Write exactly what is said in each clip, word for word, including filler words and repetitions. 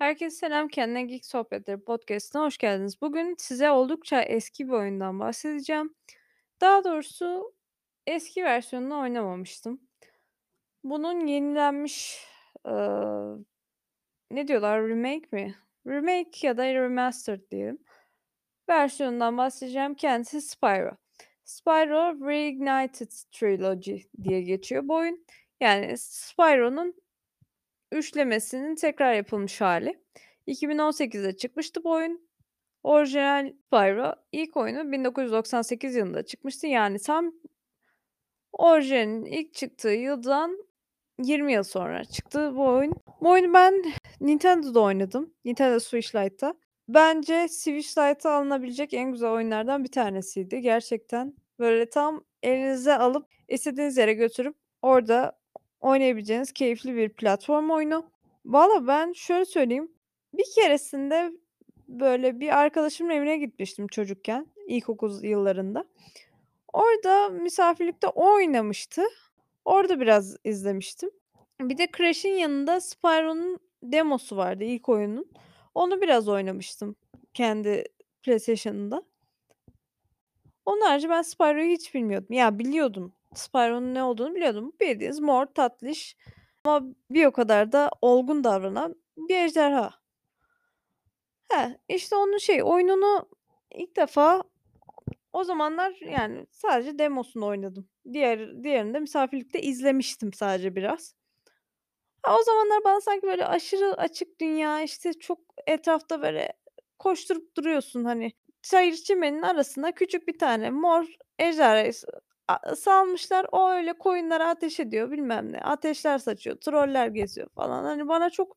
Herkese selam, Kendine Geek Sohbetleri podcast'ine hoş geldiniz. Bugün size oldukça eski bir oyundan bahsedeceğim. Daha doğrusu eski versiyonunu oynamamıştım. Bunun yenilenmiş, eee, ne diyorlar, remake mi? Remake ya da remastered diyelim. Versiyonundan bahsedeceğim. Kendisi Spyro. Spyro Reignited Trilogy diye geçiyor bu oyun. Yani Spyro'nun üçlemesinin tekrar yapılmış hali. iki bin on sekizde çıkmıştı bu oyun. Orijinal Spyro ilk oyunu bin dokuz yüz doksan sekiz yılında çıkmıştı. Yani tam orijinalinin ilk çıktığı yıldan yirmi yıl sonra çıktı bu oyun. Bu oyunu ben Nintendo'da oynadım. Nintendo Switch Lite'ta. Bence Switch Lite'a alınabilecek en güzel oyunlardan bir tanesiydi. Gerçekten böyle tam elinize alıp istediğiniz yere götürüp orada oynayabileceğiniz keyifli bir platform oyunu. Valla ben şöyle söyleyeyim, bir keresinde böyle bir arkadaşımın evine gitmiştim çocukken, ilkokul yıllarında. Orada misafirlikte o oynamıştı. Orada biraz izlemiştim. Bir de Crash'in yanında Spyro'nun demosu vardı ilk oyunun. Onu biraz oynamıştım kendi PlayStation'ımda. Onun harici ben Spyro'yu hiç bilmiyordum. Ya, biliyordum. Spyro'nun ne olduğunu biliyordum. Bildiğiniz mor, tatlış ama bir o kadar da olgun davranan bir ejderha. He, işte onun şey, oyununu ilk defa o zamanlar, yani, sadece demosunu oynadım. Diğer diğerini de misafirlikte izlemiştim sadece biraz. Ha, o zamanlar bana sanki böyle aşırı açık dünya, işte, çok etrafta böyle koşturup duruyorsun, hani, çayır çimenin arasına küçük bir tane mor ejderhayı s a salmışlar. O öyle koyunlara ateş ediyor, bilmem ne, ateşler saçıyor, troller geziyor falan. Hani, bana çok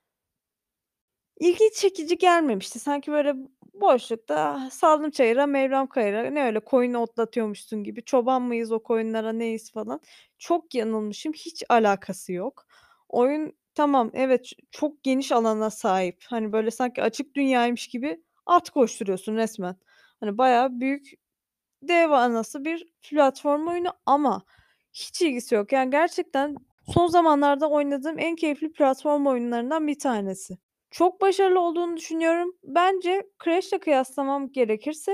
İlgi çekici gelmemişti. Sanki böyle boşlukta saldım çayıra Mevlam kayıra, ne öyle koyun otlatıyormuşsun gibi, çoban mıyız o koyunlara neyiz falan. Çok yanılmışım, hiç alakası yok. Oyun tamam, evet, ç çok geniş alana sahip. Hani, böyle sanki açık dünyaymış gibi at koşturuyorsun resmen. Hani, bayağı büyük, dev anası bir platform oyunu ama hiç ilgisi yok. Yani gerçekten son zamanlarda oynadığım en keyifli platform oyunlarından bir tanesi. Çok başarılı olduğunu düşünüyorum. Bence Crash'le kıyaslamam gerekirse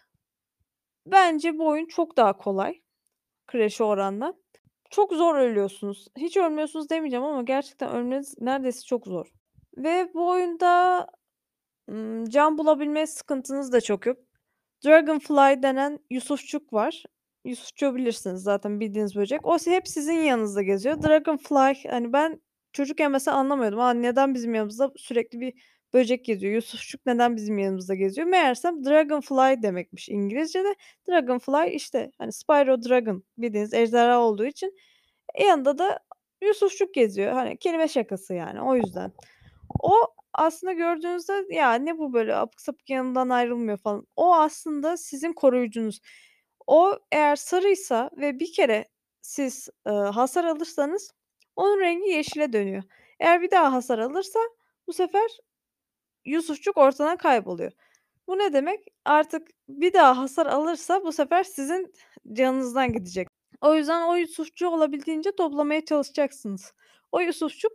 bence bu oyun çok daha kolay Crash'e oranla. Çok zor ölüyorsunuz. Hiç ölmüyorsunuz demeyeceğim ama gerçekten ölmeniz neredeyse çok zor. Ve bu oyunda, ımm, can bulabilme sıkıntınız da çok yok. Dragonfly denen yusufçuk var. Yusufçuğu bilirsiniz zaten, bildiğiniz böcek. O hep sizin yanınızda geziyor. Dragonfly, hani, ben çocukken mesela anlamıyordum. A, neden bizim yanımızda sürekli bir böcek geziyor? Yusufçuk neden bizim yanımızda geziyor? Meğersem dragonfly demekmiş İngilizce'de. Dragonfly, işte, hani, Spyro Dragon bildiğiniz ejderha olduğu için yanında da yusufçuk geziyor. Hani, kelime şakası yani o yüzden. O aslında gördüğünüzde, "Ya, ne bu böyle abuk sabuk yanından ayrılmıyor." falan. O aslında sizin koruyucunuz. O eğer sarıysa ve bir kere siz, eee, hasar alırsanız onun rengi yeşile dönüyor. Eğer bir daha hasar alırsa bu sefer Yusufçuk ortadan kayboluyor. Bu ne demek? Artık bir daha hasar alırsa bu sefer sizin canınızdan gidecek. O yüzden o Yusufçuğu olabildiğince toplamaya çalışacaksınız. O Yusufçuk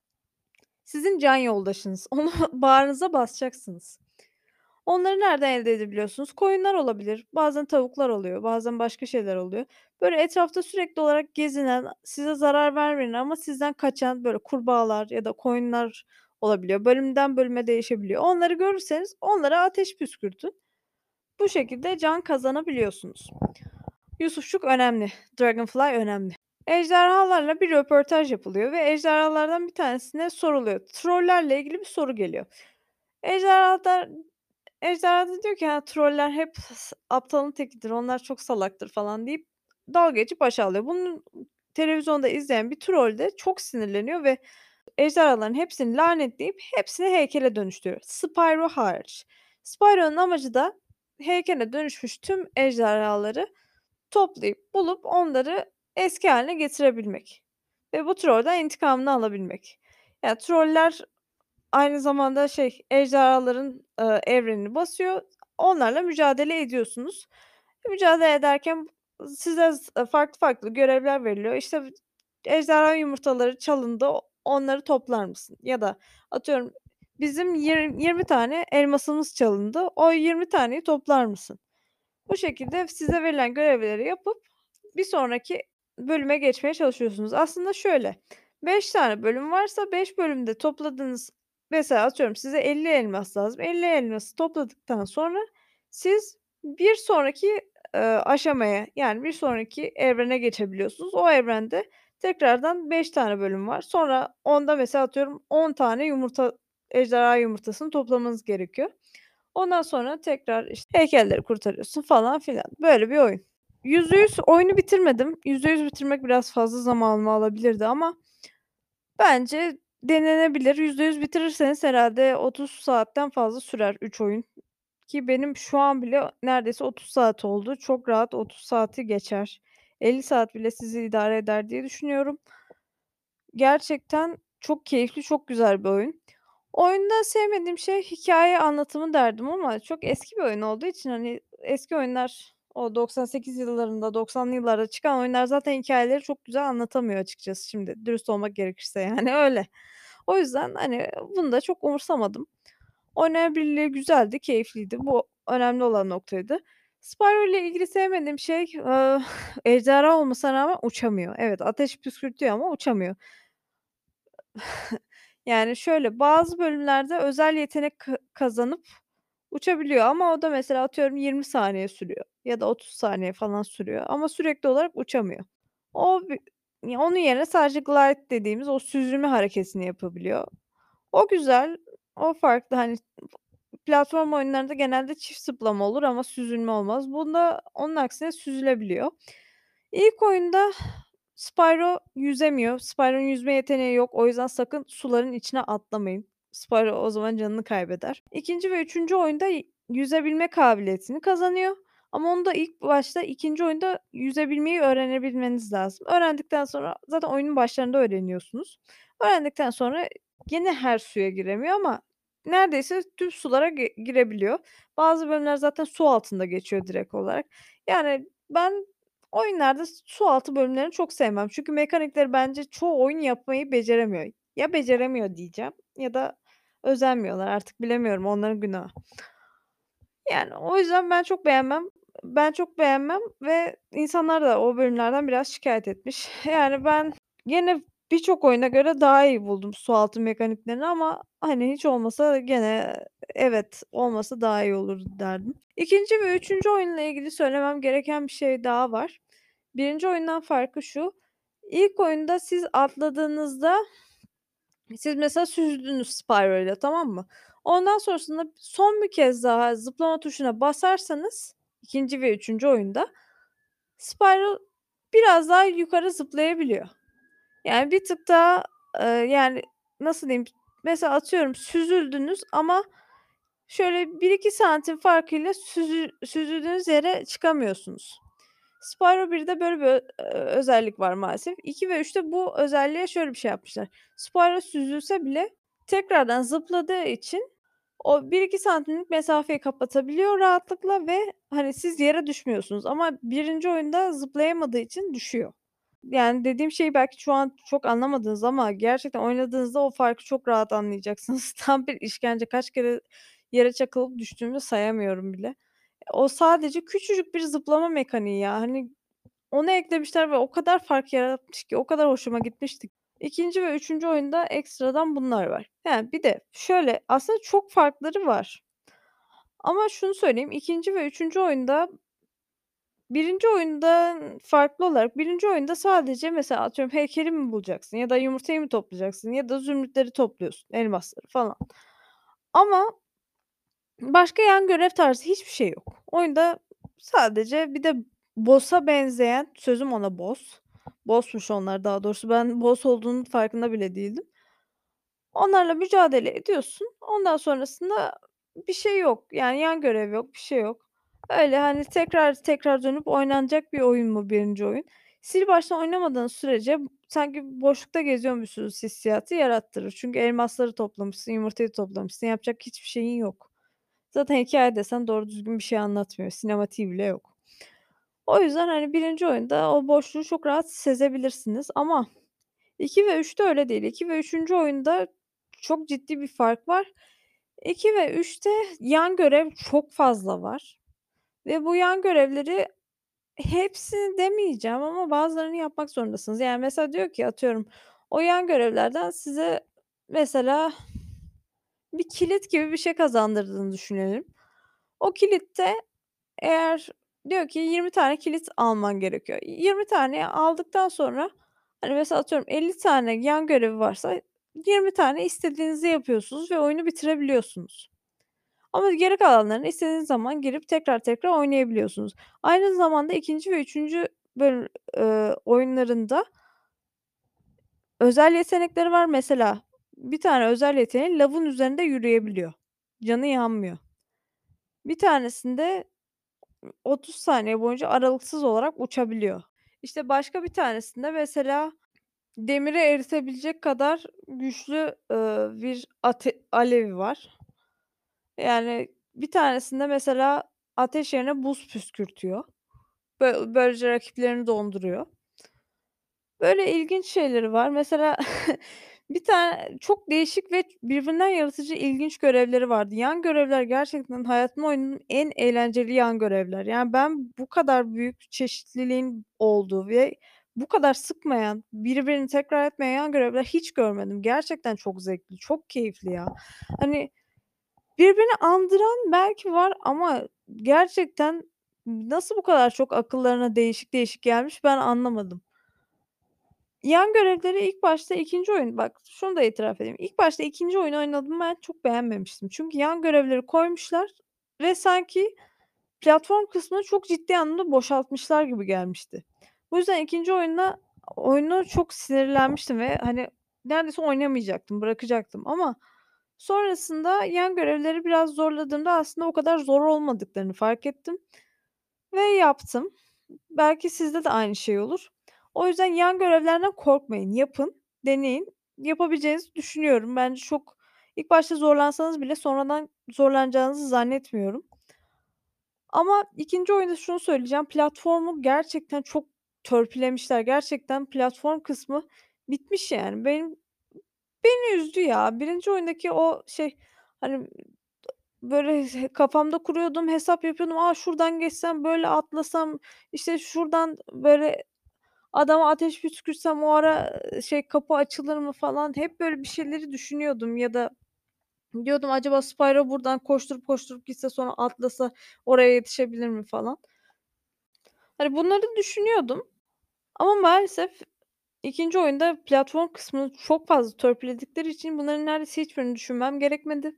sizin can yoldaşınız. Onu bağrınıza basacaksınız. Onları nereden elde edebiliyorsunuz? Koyunlar olabilir, bazen tavuklar oluyor, bazen başka şeyler oluyor. Böyle etrafta sürekli olarak gezinen, size zarar vermeyen ama sizden kaçan böyle kurbağalar ya da koyunlar olabiliyor. Bölümden bölüme değişebiliyor. Onları görürseniz onlara ateş püskürtün. Bu şekilde can kazanabiliyorsunuz. Yusufçuk önemli, Dragonfly önemli. Ejderhalarla bir röportaj yapılıyor ve ejderhalardan bir tanesine soruluyor. Trollerle ilgili bir soru geliyor. Ejderhalar ejderha da diyor ki, "Ha, troller hep s aptalın tekidir, onlar çok salaktır." falan deyip dalga geçip aşağılıyor. Bunu televizyonda izleyen bir troll de çok sinirleniyor ve ejderhaların hepsini lanetleyip hepsini heykele dönüştürüyor. Spyro hariç. Spyro'nun amacı da heykele dönüşmüş tüm ejderhaları toplayıp, bulup onları eski hâline getirebilmek ve bu trollden intikamını alabilmek. Ya, troller aynı zamanda şey, ejderhaların, eee, evrenini basıyor. Onlarla mücadele ediyorsunuz. Mücadele ederken size s farklı farklı görevler veriliyor. İşte, ejderha yumurtaları çalındı, onları toplar mısın? Ya da atıyorum Bizim yir yirmi tane elmasımız çalındı. O yirmi taneyi toplar mısın? Bu şekilde size verilen görevleri yapıp bir sonraki bölüme geçmeye çalışıyorsunuz. Aslında şöyle, beş tane bölüm varsa beş bölümde topladığınız mesela atıyorum size elli elmas lazım. elli elması topladıktan sonra siz bir sonraki, eee, aşamaya, yani bir sonraki evrene geçebiliyorsunuz. O evrende tekrardan beş tane bölüm var. Sonra onda mesela atıyorum on tane yumurta ejderha yumurtasını toplamanız gerekiyor. Ondan sonra tekrar, işte, heykelleri kurtarıyorsun falan filan. Böyle bir oyun. yüzde yüz oyunu bitirmedim. yüzde yüz bitirmek biraz fazla zamanımı alabilirdi ama bence denenebilir. yüzde yüz bitirirseniz herhâlde otuz saatten fazla sürer üç oyun ki benim şu an bile neredeyse otuz saat oldu. Çok rahat otuz saati geçer. elli saat bile sizi idare eder diye düşünüyorum. Gerçekten çok keyifli, çok güzel bir oyun. Oyunda sevmediğim şey hikâye anlatımı derdim ama çok eski bir oyun olduğu için, hani, eski oyunlar o doksan sekiz yıllarında, doksanlı yıllarda çıkan oyunlar zaten hikâyeleri çok güzel anlatamıyor açıkçası şimdi dürüst olmak gerekirse yani öyle. O yüzden, hani, bunu da çok umursamadım. Oynanabilirliği güzeldi, keyifliydi. Bu önemli olan noktaydı. Spyro ile ilgili sevmediğim şey, eee, ejderha olmasına rağmen uçamıyor. Evet, ateş püskürtüyor ama uçamıyor. Yani, şöyle, bazı bölümlerde özel yetenek ka kazanıp uçabiliyor ama o da mesela atıyorum yirmi saniye sürüyor ya da otuz saniye falan sürüyor ama sürekli olarak uçamıyor. O bi ya, onun yerine sadece glide dediğimiz o süzülme hareketini yapabiliyor. O güzel, o farklı. Hani, platform oyunlarında genelde çift zıplama olur ama süzülme olmaz. Bunda onun aksine süzülebiliyor. İlk oyunda Spyro yüzemiyor. Spyro'nun yüzme yeteneği yok. O yüzden sakın suların içine atlamayın. Spyro o zaman canını kaybeder. ikinci ve üçüncü oyunda y yüzebilme kabiliyetini kazanıyor ama onu da ilk başta ikinci oyunda yüzebilmeyi öğrenebilmeniz lazım. Öğrendikten sonra zaten oyunun başlarında öğreniyorsunuz. Öğrendikten sonra gene her suya giremiyor ama neredeyse tüm sulara gi girebiliyor. Bazı bölümler zaten su altında geçiyor direkt olarak. Yani ben oyunlarda s su altı bölümlerini çok sevmem. Çünkü mekanikleri bence çoğu oyun yapmayı beceremiyor. Ya beceremiyor diyeceğim ya da özenmiyorlar artık bilemiyorum onların günahı. Yani o yüzden ben çok beğenmem. Ben çok beğenmem ve insanlar da o bölümlerden biraz şikâyet etmiş. Yani ben gene birçok oyuna göre daha iyi buldum sualtı mekaniklerini ama, hani, hiç olmasa gene evet, olmasa daha iyi olurdu derdim. ikinci ve üçüncü oyunla ilgili söylemem gereken bir şey daha var. birinci oyundan farkı şu: İlk oyunda siz atladığınızda siz mesela süzüldünüz Spyro'yla, tamam mı? Ondan sonrasında son bir kez daha zıplama tuşuna basarsanız ikinci ve üçüncü oyunda Spyro biraz daha yukarı zıplayabiliyor. Yani bir tık daha, eee, yani, nasıl diyeyim, mesela atıyorum süzüldünüz ama şöyle bir iki santim farkıyla süzü süzüldüğünüz yere çıkamıyorsunuz. Spyro birde böyle bir ö eee, özellik var maalesef. iki ve üçte bu özelliğe şöyle bir şey yapmışlar. Spyro süzülse bile tekrardan zıpladığı için o bir iki santimlik mesafeyi kapatabiliyor rahatlıkla ve, hani, siz yere düşmüyorsunuz ama birinci oyunda zıplayamadığı için düşüyor. Yani, dediğim şeyi belki şu an çok anlamadınız ama gerçekten oynadığınızda o farkı çok rahat anlayacaksınız. Tam bir işkence. Kaç kere yere çakılıp düştüğümü sayamıyorum bile. O sadece küçücük bir zıplama mekaniği ya. Hani, onu eklemişler ve o kadar fark yaratmış ki, o kadar hoşuma gitmişti. ikinci ve üçüncü oyunda ekstradan bunlar var. He, bir de şöyle, aslında çok farkları var ama şunu söyleyeyim, ikinci ve üçüncü oyunda birinci oyundan farklı olarak birinci oyunda sadece mesela atıyorum heykeli mi bulacaksın ya da yumurtayı mı toplayacaksın ya da zümrütleri topluyorsun, elmasları falan. Ama başka yan görev tarzı hiçbir şey yok. Oyunda sadece bir de boss'a benzeyen, sözüm ona boss, boss'muş onlar daha doğrusu ben boss olduğunun farkında bile değildim. Onlarla mücadele ediyorsun. Ondan sonrasında bir şey yok. Yani yan görev yok, bir şey yok. Öyle, hani, tekrar tekrar dönüp oynanacak bir oyun mu birinci oyun? Sil baştan oynamadığın sürece sanki boşlukta geziyormuşsunuz hissiyatı yarattırır. Çünkü elmasları toplamışsın, yumurtayı toplamışsın, yapacak hiçbir şeyin yok. Zaten hikâye desen doğru düzgün bir şey anlatmıyor. Sinematiği bile yok. O yüzden, hani, birinci oyunda o boşluğu çok rahat sezebilirsiniz ama iki ve üçte öyle değil. iki ve üçüncü oyunda çok ciddi bir fark var. iki ve üçte yan görev çok fazla var ve bu yan görevleri hepsini demeyeceğim ama bazılarını yapmak zorundasınız. Yani, mesela diyor ki, atıyorum, o yan görevlerden size mesela bir kilit gibi bir şey kazandırdığını düşünelim. O kilitte eğer diyor ki yirmi tane kilit alman gerekiyor. yirmi taneyi aldıktan sonra, hani, mesela atıyorum elli tane yan görevi varsa yirmi tane istediğinizi yapıyorsunuz ve oyunu bitirebiliyorsunuz. Ama geri kalanlarını istediğiniz zaman girip tekrar tekrar oynayabiliyorsunuz. Aynı zamanda ikinci ve üçüncü böl eee, oyunlarında özel yetenekleri var. Mesela bir tane özel yeteneği lavın üzerinde yürüyebiliyor. Canı yanmıyor. Bir tanesinde otuz saniye boyunca aralıksız olarak uçabiliyor. İşte, başka bir tanesinde mesela demiri eritebilecek kadar güçlü, ııı, bir ate alevi var. Yani, bir tanesinde mesela ateş yerine buz püskürtüyor. Bö böylece rakiplerini donduruyor. Böyle ilginç şeyleri var. Mesela bir tane çok değişik ve birbirinden yaratıcı, ilginç görevleri vardı. Yan görevler gerçekten hayatımda oynadığım en eğlenceli yan görevler. Yani, ben bu kadar büyük çeşitliliğin olduğu ve bu kadar sıkmayan, birbirini tekrar etmeyen yan görevler hiç görmedim. Gerçekten çok zevkli, çok keyifli ya. Hani, birbirini andıran belki var ama gerçekten nasıl bu kadar çok akıllarına değişik değişik gelmiş ben anlamadım. Yan görevleri ilk başta ikinci oyun bak şunu da itiraf edeyim. İlk başta ikinci oyunu oynadım ben çok beğenmemiştim. Çünkü yan görevleri koymuşlar ve sanki platform kısmını çok ciddi anlamda boşaltmışlar gibi gelmişti. Bu yüzden ikinci oyunda oyunu çok sinirlenmiştim ve, hani, neredeyse oynamayacaktım, bırakacaktım ama sonrasında yan görevleri biraz zorladığımda aslında o kadar zor olmadıklarını fark ettim ve yaptım. Belki sizde de aynı şey olur. O yüzden yan görevlerden korkmayın, yapın, deneyin. Yapabileceğinizi düşünüyorum. Bence çok ilk başta zorlansanız bile sonradan zorlanacağınızı zannetmiyorum. Ama ikinci oyunda şunu söyleyeceğim, platformu gerçekten çok törpülemişler. Gerçekten platform kısmı bitmiş yani. Benim beni üzdü ya. Birinci oyundaki o şey, hani, böyle he kafamda kuruyordum, hesap yapıyordum. A, şuradan geçsem, böyle atlasam, işte, şuradan böyle adama ateş püskürtsem o ara, eee, şey, kapı açılır mı falan hep böyle bir şeyleri düşünüyordum ya da diyordum acaba Spyro buradan koşturup koşturup gitse sonra atlasa oraya yetişebilir mi falan. Hani bunları düşünüyordum ama maalesef ikinci oyunda platform kısmını çok fazla törpüledikleri için bunların neredeyse hiçbirini düşünmem gerekmedi.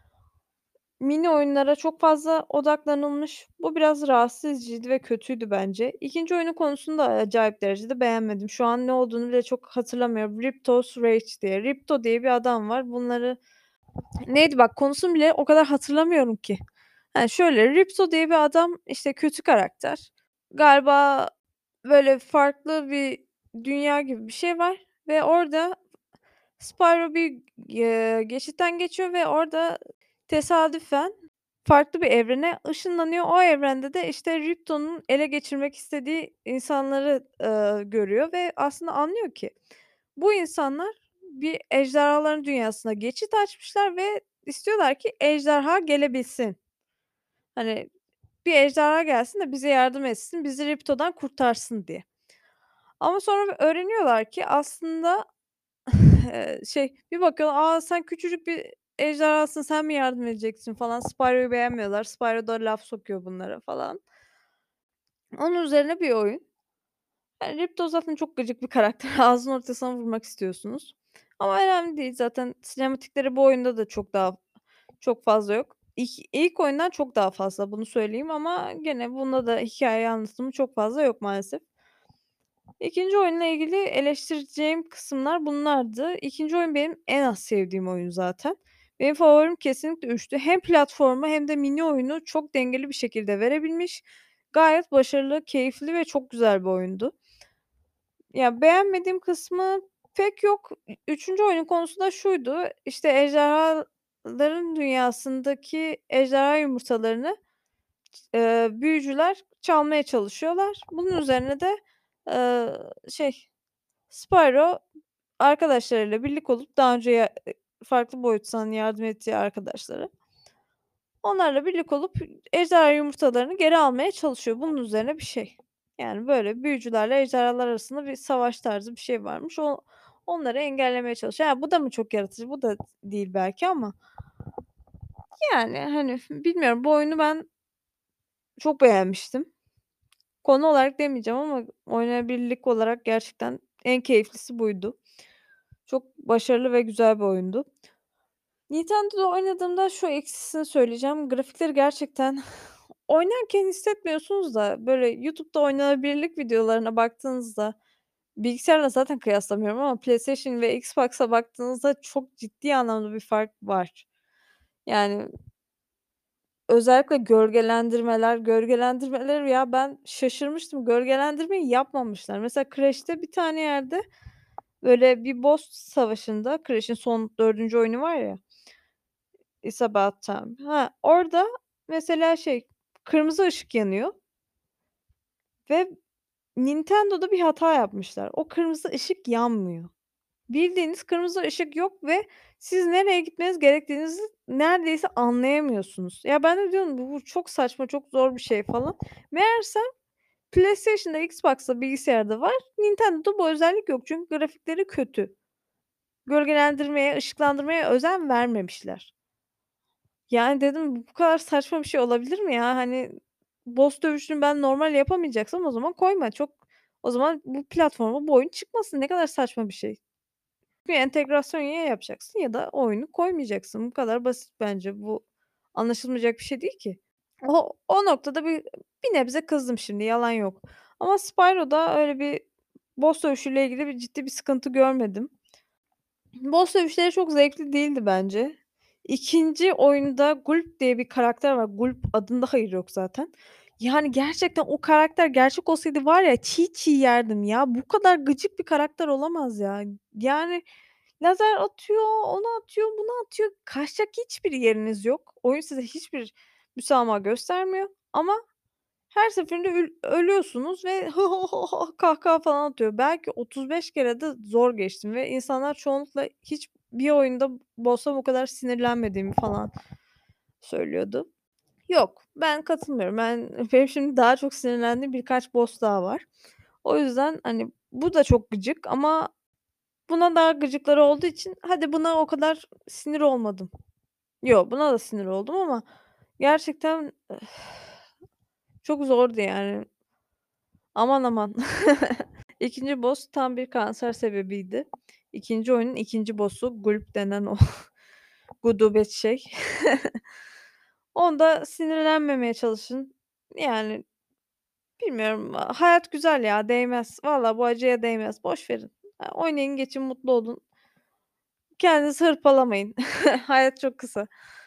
Mini oyunlara çok fazla odaklanılmış. Bu biraz rahatsız ediciydi ve kötüydü bence. ikinci oyunun konusunu da acayip derecede beğenmedim. Şu an ne olduğunu bile çok hatırlamıyorum. Ripto's Rage diye. Ripto diye bir adam var. Bunları neydi bak konusunu bile o kadar hatırlamıyorum ki. Hani, şöyle, Ripto diye bir adam, işte, kötü karakter. Galiba böyle farklı bir dünya gibi bir şey var ve orada Spyro bir, eee, geçitten geçiyor ve orada tesadüfen farklı bir evrene ışınlanıyor. O evrende de, işte, Ripto'nun ele geçirmek istediği insanları, eee, görüyor ve aslında anlıyor ki bu insanlar bir ejderhaların dünyasına geçit açmışlar ve istiyorlar ki ejderha gelebilsin. Hani, bir ejderha gelsin de bize yardım etsin, bizi Ripto'dan kurtarsın diye. Ama sonra öğreniyorlar ki aslında Eee, şey, bir bakıyorlar, "A, sen küçücük bir ejderhasın, sen mi yardım edeceksin?" falan. Spyro'yu beğenmiyorlar. Spyro da laf sokuyor bunlara falan. Onun üzerine bir oyun. Yani Ripto zaten çok gıcık bir karakter. Ağzının ortasına vurmak istiyorsunuz. Ama önemli değil. Zaten sinematikleri bu oyunda da çok daha çok fazla yok. İlk ilk oyundan çok daha fazla, bunu söyleyeyim ama gene bunda da hikâye anlatımı çok fazla yok maalesef. ikinci oyunla ilgili eleştireceğim kısımlar bunlardı. ikinci oyun benim en az sevdiğim oyun zaten. Benim favorim kesinlikle üçtü. Hem platformu hem de mini oyunu çok dengeli bir şekilde verebilmiş. Gayet başarılı, keyifli ve çok güzel bir oyundu. Ya, beğenmediğim kısmı pek yok. Ü üçüncü oyunun konusu da şuydu: İşte, ejderhaların dünyasındaki ejderha yumurtalarını eee, büyücüler çalmaya çalışıyorlar. Bunun üzerine de, eee, şey, Spyro arkadaşlarıyla birlik olup daha önce ya farklı boyuttan yardım ettiği arkadaşları. Onlarla birlik olup ejderha yumurtalarını geri almaya çalışıyor. Bunun üzerine bir şey. Yani, böyle, büyücülerle ejderhalar arasında bir savaş tarzı bir şey varmış. O onları engellemeye çalışıyor. Ha, bu da mı çok yaratıcı? Bu da değil belki ama yani, hani, bilmiyorum. Bu oyunu ben çok beğenmiştim. Konu olarak demeyeceğim ama oynanabilirlik olarak gerçekten en keyiflisi buydu. Çok başarılı ve güzel bir oyundu. Nintendo'da oynadığımda şu eksisini söyleyeceğim. Grafikleri gerçekten oynarken hissetmiyorsunuz da, böyle, YouTube'da oynanabilirlik videolarına baktığınızda, bilgisayarla zaten kıyaslamıyorum ama PlayStation ve Xbox'a baktığınızda çok ciddi anlamda bir fark var. Yani, özellikle gölgelendirmeler, gölgelendirmeleri ya ben şaşırmıştım. Gölgelendirmeyi yapmamışlar. Mesela Crash'te bir tane yerde, böyle, bir boss savaşında, Crash'in son dördüncü oyunu var ya, It's About Time. Ha, orada mesela şey, kırmızı ışık yanıyor ve Nintendo'da bir hata yapmışlar. O kırmızı ışık yanmıyor. Bildiğiniz kırmızı ışık yok ve siz nereye gitmeniz gerektiğinizi neredeyse anlayamıyorsunuz. Ya, ben de diyorum bu bu çok saçma, çok zor bir şey falan. Meğersem PlayStation'da, Xbox'ta, bilgisayarda var. Nintendo'da bu özellik yok çünkü grafikleri kötü. Gölgelendirmeye, ışıklandırmaya özen vermemişler. Yani, dedim bu kadar saçma bir şey olabilir mi ya? Hani, boss dövüşünü ben normal yapamayacaksam o zaman koyma. Çok o zaman bu platforma bu oyun çıkmasın. Ne kadar saçma bir şey. Bir entegrasyon ya yapacaksın ya da o oyunu koymayacaksın. Bu kadar basit bence. Bu anlaşılmayacak bir şey değil ki. O o noktada bir bir nebze kızdım şimdi, yalan yok. Ama Spyro'da öyle bir boss dövüşüyle ilgili bir ciddi bir sıkıntı görmedim. Boss dövüşleri çok zevkli değildi bence. ikinci oyunda Gulp diye bir karakter var. Gulp adında hayır yok zaten. Yani gerçekten o karakter gerçek olsaydı var ya çiğ çiğ yerdim ya. Bu kadar gıcık bir karakter olamaz ya. Yani lazer atıyor, onu atıyor, bunu atıyor. Kaçacak hiçbir yeriniz yok. Oyun size hiçbir müsamaha göstermiyor ama her seferinde ül ölüyorsunuz ve kahkaha falan atıyor. Belki otuz beş kere de zor geçtim ve insanlar çoğunlukla hiç bir oyunda boss'a bu kadar sinirlenmediğimi falan söylüyordu. Yok, ben katılmıyorum. Ben benim şimdi daha çok sinirlendiğim birkaç boss daha var. O yüzden, hani, bu da çok gıcık ama buna daha gıcıkları olduğu için hadi buna o kadar sinir olmadım. Yo, buna da sinir oldum ama gerçekten çok zordu yani. Aman aman. ikinci boss tam bir kanser sebebiydi. ikinci oyunun ikinci boss'u Gulp denen o gudubet şey. Onda sinirlenmemeye çalışın. Yani bilmiyorum, a hayat güzel ya, değmez. Valla bu acıya değmez. Boş verin. Ha, oynayın, geçin, mutlu olun. Kendinizi hırpalamayın. Hayat çok kısa.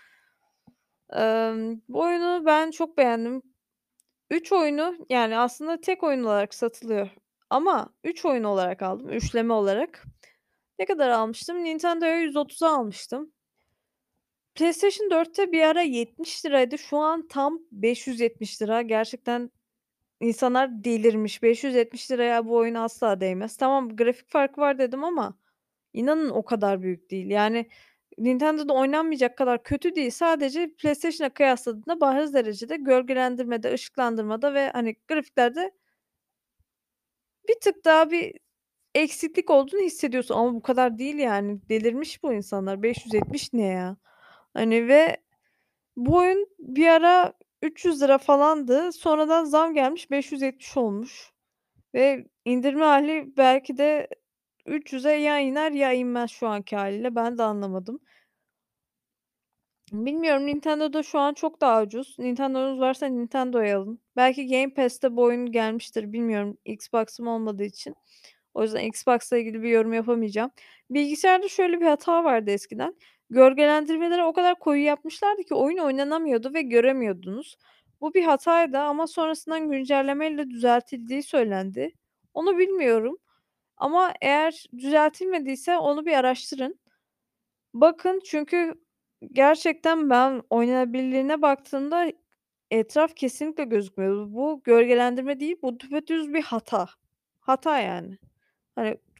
Emm, bu oyunu ben çok beğendim. üç oyunu, yani, aslında tek oyun olarak satılıyor ama üç oyun olarak aldım, üçleme olarak. Ne kadar almıştım? Nintendo'ya yüz otuza almıştım. PlayStation dörtte bir ara yetmiş liraydı. Şu an tam beş yüz yetmiş lira. Gerçekten insanlar delirmiş. beş yüz yetmiş liraya bu oyun asla değmez. Tamam, grafik farkı var dedim ama inanın o kadar büyük değil. Yani Nintendo'da oynanmayacak kadar kötü değil. Sadece PlayStation'a kıyasladığında bariz derecede gölgelendirmede, ışıklandırmada ve, hani, grafiklerde bir tık daha bir eksiklik olduğunu hissediyorsun ama bu kadar değil yani. Delirmiş bu insanlar. beş yüz yetmiş ne ya? Hani ve bu oyun bir ara üç yüz lira falandı. Sonradan zam gelmiş beş yüz yetmiş olmuş ve indirme hâli belki de üç yüze ya iner ya inmez şu anki hâliyle. Ben de anlamadım. Bilmiyorum, Nintendo'da şu an çok daha ucuz. Nintendo'nuz varsa Nintendo'yu alın. Belki Game Pass'te bu oyun gelmiştir, bilmiyorum. Xbox'ım olmadığı için. O yüzden Xbox'la ilgili bir yorum yapamayacağım. Bilgisayarda şöyle bir hata vardı eskiden. Gölgelendirmeleri o kadar koyu yapmışlardı ki oyun oynanamıyordu ve göremiyordunuz. Bu bir hataydı ama sonrasından güncellemeyle düzeltildiği söylendi. Onu bilmiyorum ama eğer düzeltilmediyse onu bir araştırın. Bakın çünkü gerçekten ben oynanabilirliğine baktığımda etraf kesinlikle gözükmüyordu. Bu gölgelendirme değil, bu düpedüz bir hata. Hata yani. Hani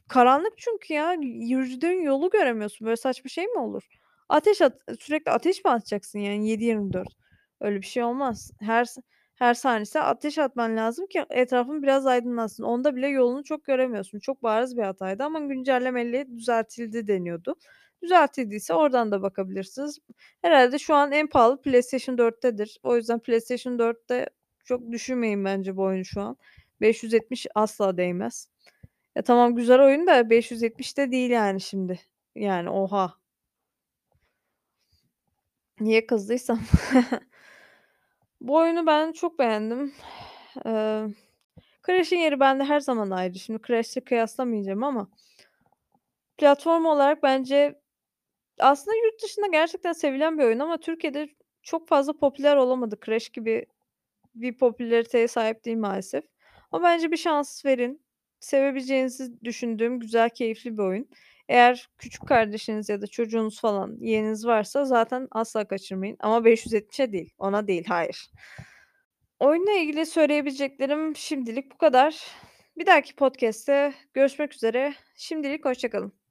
Karanlık çünkü ya. Yürüdüğün yolu göremiyorsun. Böyle saçma şey mi olur? Ateş at sürekli ateş mi atacaksın yani yedi yirmi dört? Öyle bir şey olmaz. Her s her saniyesinde ateş atman lazım ki etrafın biraz aydınlansın. Onda bile yolunu çok göremiyorsun. Çok bariz bir hataydı ama güncellemeyle düzeltildi deniyordu. Düzeltildiyse oradan da bakabilirsiniz. Herhâlde şu an en pahalı PlayStation dörttedir. O yüzden PlayStation dörtte çok düşünmeyin bence bu oyunu şu an. beş yüz yetmiş asla değmez. Ya, tamam güzel oyun da beş yüz yetmiş de değil yani şimdi. Yani oha! Niye kızdıysam. Bu oyunu ben çok beğendim. Eee, Crash'in yeri bende her zaman ayrı. Şimdi Crash'le kıyaslamayacağım ama platform olarak bence aslında yurt dışında gerçekten sevilen bir oyun ama Türkiye'de çok fazla popüler olamadı. Crash gibi bir popülariteye sahip değil maalesef. Ama bence bir şans verin. Sevebileceğinizi düşündüğüm güzel, keyifli bir oyun. Eğer küçük kardeşiniz ya da çocuğunuz falan, yeğeniniz varsa zaten asla kaçırmayın ama beş yüz yetmişe değil, ona değil, hayır. Oyunla ilgili söyleyebileceklerim şimdilik bu kadar. Bir dahaki podcast'te görüşmek üzere. Şimdilik hoşça kalın.